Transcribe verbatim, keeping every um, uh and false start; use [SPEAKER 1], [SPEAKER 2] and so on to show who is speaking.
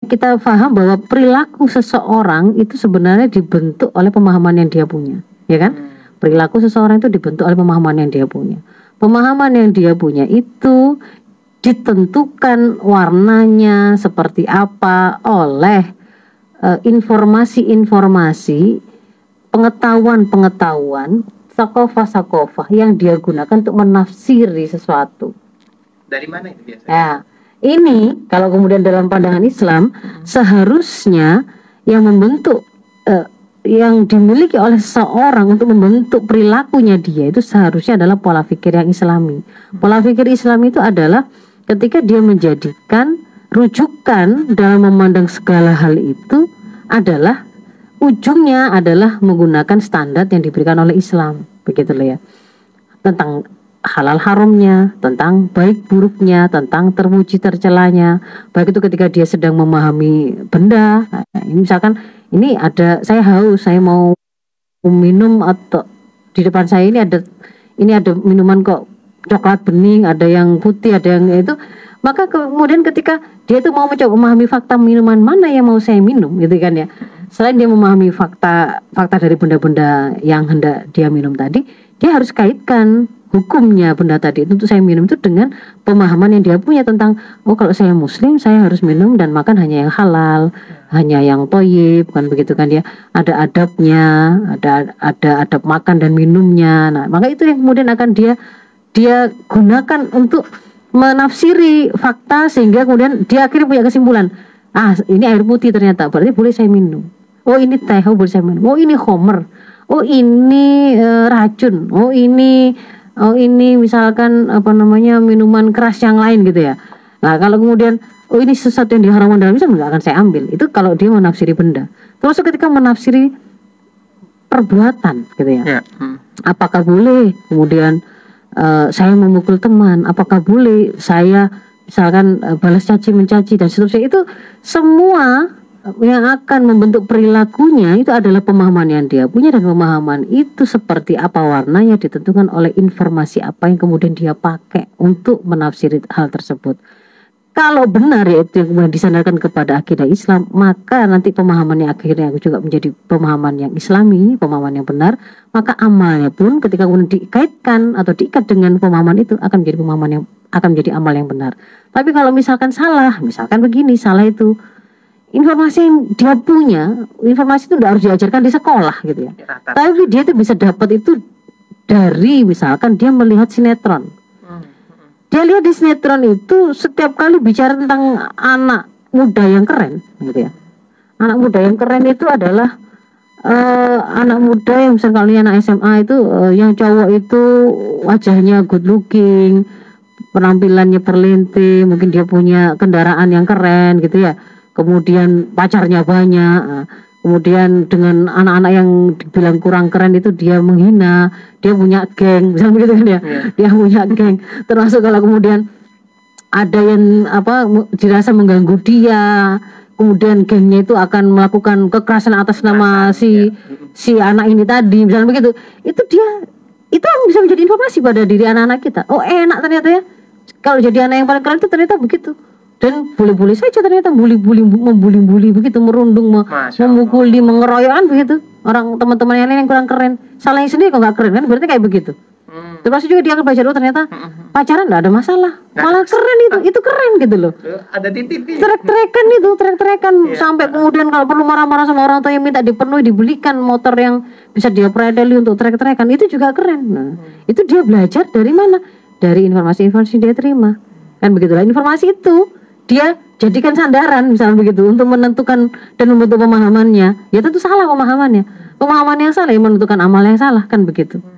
[SPEAKER 1] kita paham bahwa perilaku seseorang itu sebenarnya dibentuk oleh pemahaman yang dia punya, ya kan? Perilaku seseorang itu dibentuk oleh pemahaman yang dia punya. Pemahaman yang dia punya itu ditentukan warnanya seperti apa oleh uh, informasi-informasi, pengetahuan-pengetahuan, sakofah-sakofah yang dia gunakan untuk menafsiri sesuatu.
[SPEAKER 2] Dari mana itu biasanya?
[SPEAKER 1] Ya, ini kalau kemudian dalam pandangan Islam seharusnya yang membentuk uh, yang dimiliki oleh seseorang untuk membentuk perilakunya dia itu seharusnya adalah pola pikir yang Islami. Pola pikir Islam itu adalah ketika dia menjadikan rujukan dalam memandang segala hal itu adalah ujungnya adalah menggunakan standar yang diberikan oleh Islam, begitu loh ya. Tentang halal haramnya, tentang baik buruknya, tentang terpuji tercelanya. Baik itu ketika dia sedang memahami benda, misalkan ini ada, saya haus, saya mau minum, atau di depan saya ini ada ini ada minuman kok coklat bening, ada yang putih, ada yang itu, maka kemudian ketika dia itu mau mencoba memahami fakta minuman mana yang mau saya minum, gitu kan ya. Selain dia memahami fakta fakta dari benda-benda yang hendak dia minum tadi, dia harus kaitkan hukumnya benda tadi itu untuk saya minum itu dengan pemahaman yang dia punya tentang, oh kalau saya muslim saya harus minum dan makan hanya yang halal, hanya yang thayyib, kan begitu kan ya. Ada adabnya, ada ada adab makan dan minumnya. Nah, maka itu yang kemudian akan dia dia gunakan untuk menafsiri fakta sehingga kemudian dia akhirnya punya kesimpulan, ah ini air putih ternyata berarti boleh saya minum. Oh ini teh, oh boleh saya minum. Oh ini khamr. Oh ini uh, racun. Oh ini oh ini misalkan apa namanya minuman keras yang lain gitu ya. Nah kalau kemudian oh ini sesuatu yang diharamkan dalam Islam, nggak akan saya ambil. Itu kalau dia menafsiri benda. Terus ketika menafsiri perbuatan gitu ya, ya. Hmm. Apakah boleh kemudian uh, saya memukul teman, apakah boleh saya misalkan uh, balas caci mencaci dan seterusnya, itu semua yang akan membentuk perilakunya itu adalah pemahaman yang dia punya, dan pemahaman itu seperti apa warnanya ditentukan oleh informasi apa yang kemudian dia pakai untuk menafsiri hal tersebut. Kalau benar yaitu yang kemudian disandarkan kepada akidah Islam, maka nanti pemahaman yang akhirnya juga menjadi pemahaman yang Islami, pemahaman yang benar, maka amalnya pun ketika kemudian dikaitkan atau diikat dengan pemahaman itu akan menjadi pemahaman yang akan menjadi amal yang benar. Tapi kalau misalkan salah, misalkan begini, salah itu informasi yang dia punya, informasi itu tidak harus diajarkan di sekolah gitu ya. Ya tapi dia itu bisa dapat itu dari misalkan dia melihat sinetron. Hmm. Dia lihat di sinetron itu setiap kali bicara tentang anak muda yang keren gitu ya. Anak muda yang keren itu adalah uh, anak muda yang misalkan kali anak S M A itu uh, yang cowok itu wajahnya good looking, penampilannya perlinting, mungkin dia punya kendaraan yang keren gitu ya. Kemudian pacarnya banyak, kemudian dengan anak-anak yang dibilang kurang keren itu dia menghina, dia punya geng, misalnya begitu kan ya, yeah. Dia punya geng. Termasuk kalau kemudian ada yang apa dirasa mengganggu dia, kemudian gengnya itu akan melakukan kekerasan atas nama si si anak ini tadi, misalnya begitu, itu dia itu bisa menjadi informasi pada diri anak-anak kita. Oh enak ternyata ya, kalau jadi anak yang paling keren itu ternyata begitu. Dan boleh-boleh saja ternyata bully-bully, membuli-bully begitu, merundung, memukuli, mengeroyokkan begitu. Orang teman-teman yang lain yang kurang keren, salahnya sendiri kok nggak keren kan, berarti kayak begitu. Hmm. Terus juga dia akan belajar, oh ternyata hmm. pacaran nggak ada masalah, malah keren itu, itu keren gitu loh.
[SPEAKER 2] Ada titik.
[SPEAKER 1] Trek-trekan itu, trek-trekan yeah. Sampai kemudian kalau perlu marah-marah sama orang tua yang minta dipenuhi, dibelikan motor yang bisa dia predeli untuk trek-trekan, itu juga keren. Nah, hmm. itu dia belajar dari mana? Dari informasi-informasi dia terima, kan begitulah informasi itu. Dia jadikan sandaran misalnya begitu untuk menentukan dan membentuk pemahamannya, ya tentu salah pemahamannya. Pemahaman yang salah yang menentukan amal yang salah, kan begitu.